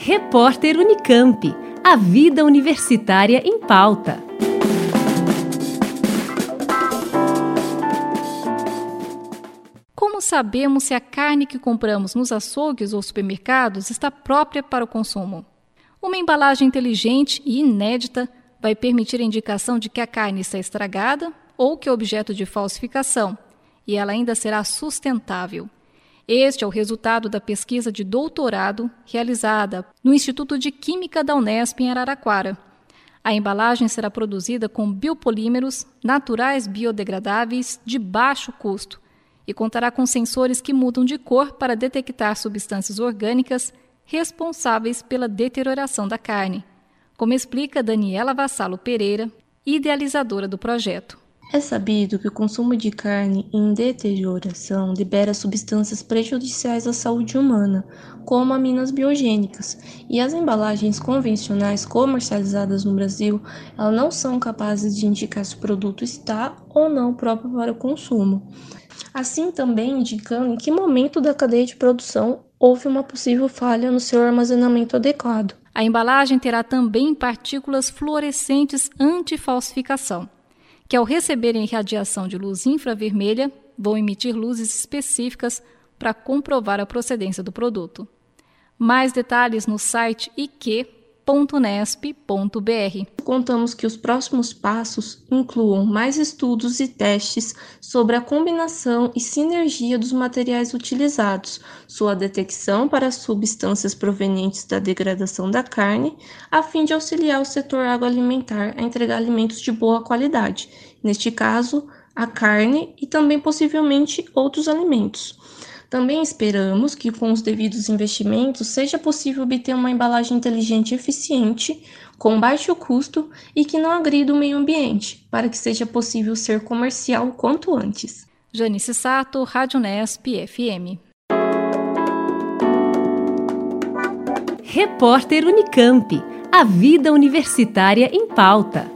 Repórter Unicamp. A vida universitária em pauta. Como sabemos se a carne que compramos nos açougues ou supermercados está própria para o consumo? Uma embalagem inteligente e inédita vai permitir a indicação de que a carne está estragada ou que é objeto de falsificação, e ela ainda será sustentável. Este é o resultado da pesquisa de doutorado realizada no Instituto de Química da Unesp em Araraquara. A embalagem será produzida com biopolímeros naturais biodegradáveis de baixo custo e contará com sensores que mudam de cor para detectar substâncias orgânicas responsáveis pela deterioração da carne, como explica Daniela Vassalo Pereira, idealizadora do projeto. É sabido que o consumo de carne em deterioração libera substâncias prejudiciais à saúde humana, como aminas biogênicas, e as embalagens convencionais comercializadas no Brasil, elas não são capazes de indicar se o produto está ou não próprio para o consumo. Assim também indicando em que momento da cadeia de produção houve uma possível falha no seu armazenamento adequado. A embalagem terá também partículas fluorescentes anti-falsificação, que ao receberem radiação de luz infravermelha, vão emitir luzes específicas para comprovar a procedência do produto. Mais detalhes no site iq.unesp.br. Contamos que os próximos passos incluam mais estudos e testes sobre a combinação e sinergia dos materiais utilizados, sua detecção para substâncias provenientes da degradação da carne, a fim de auxiliar o setor agroalimentar a entregar alimentos de boa qualidade, neste caso, a carne e também possivelmente outros alimentos. Também esperamos que, com os devidos investimentos, seja possível obter uma embalagem inteligente e eficiente, com baixo custo e que não agrida o meio ambiente, para que seja possível ser comercial o quanto antes. Janice Sato, Rádio Unesp FM. Repórter Unicamp. A vida universitária em pauta.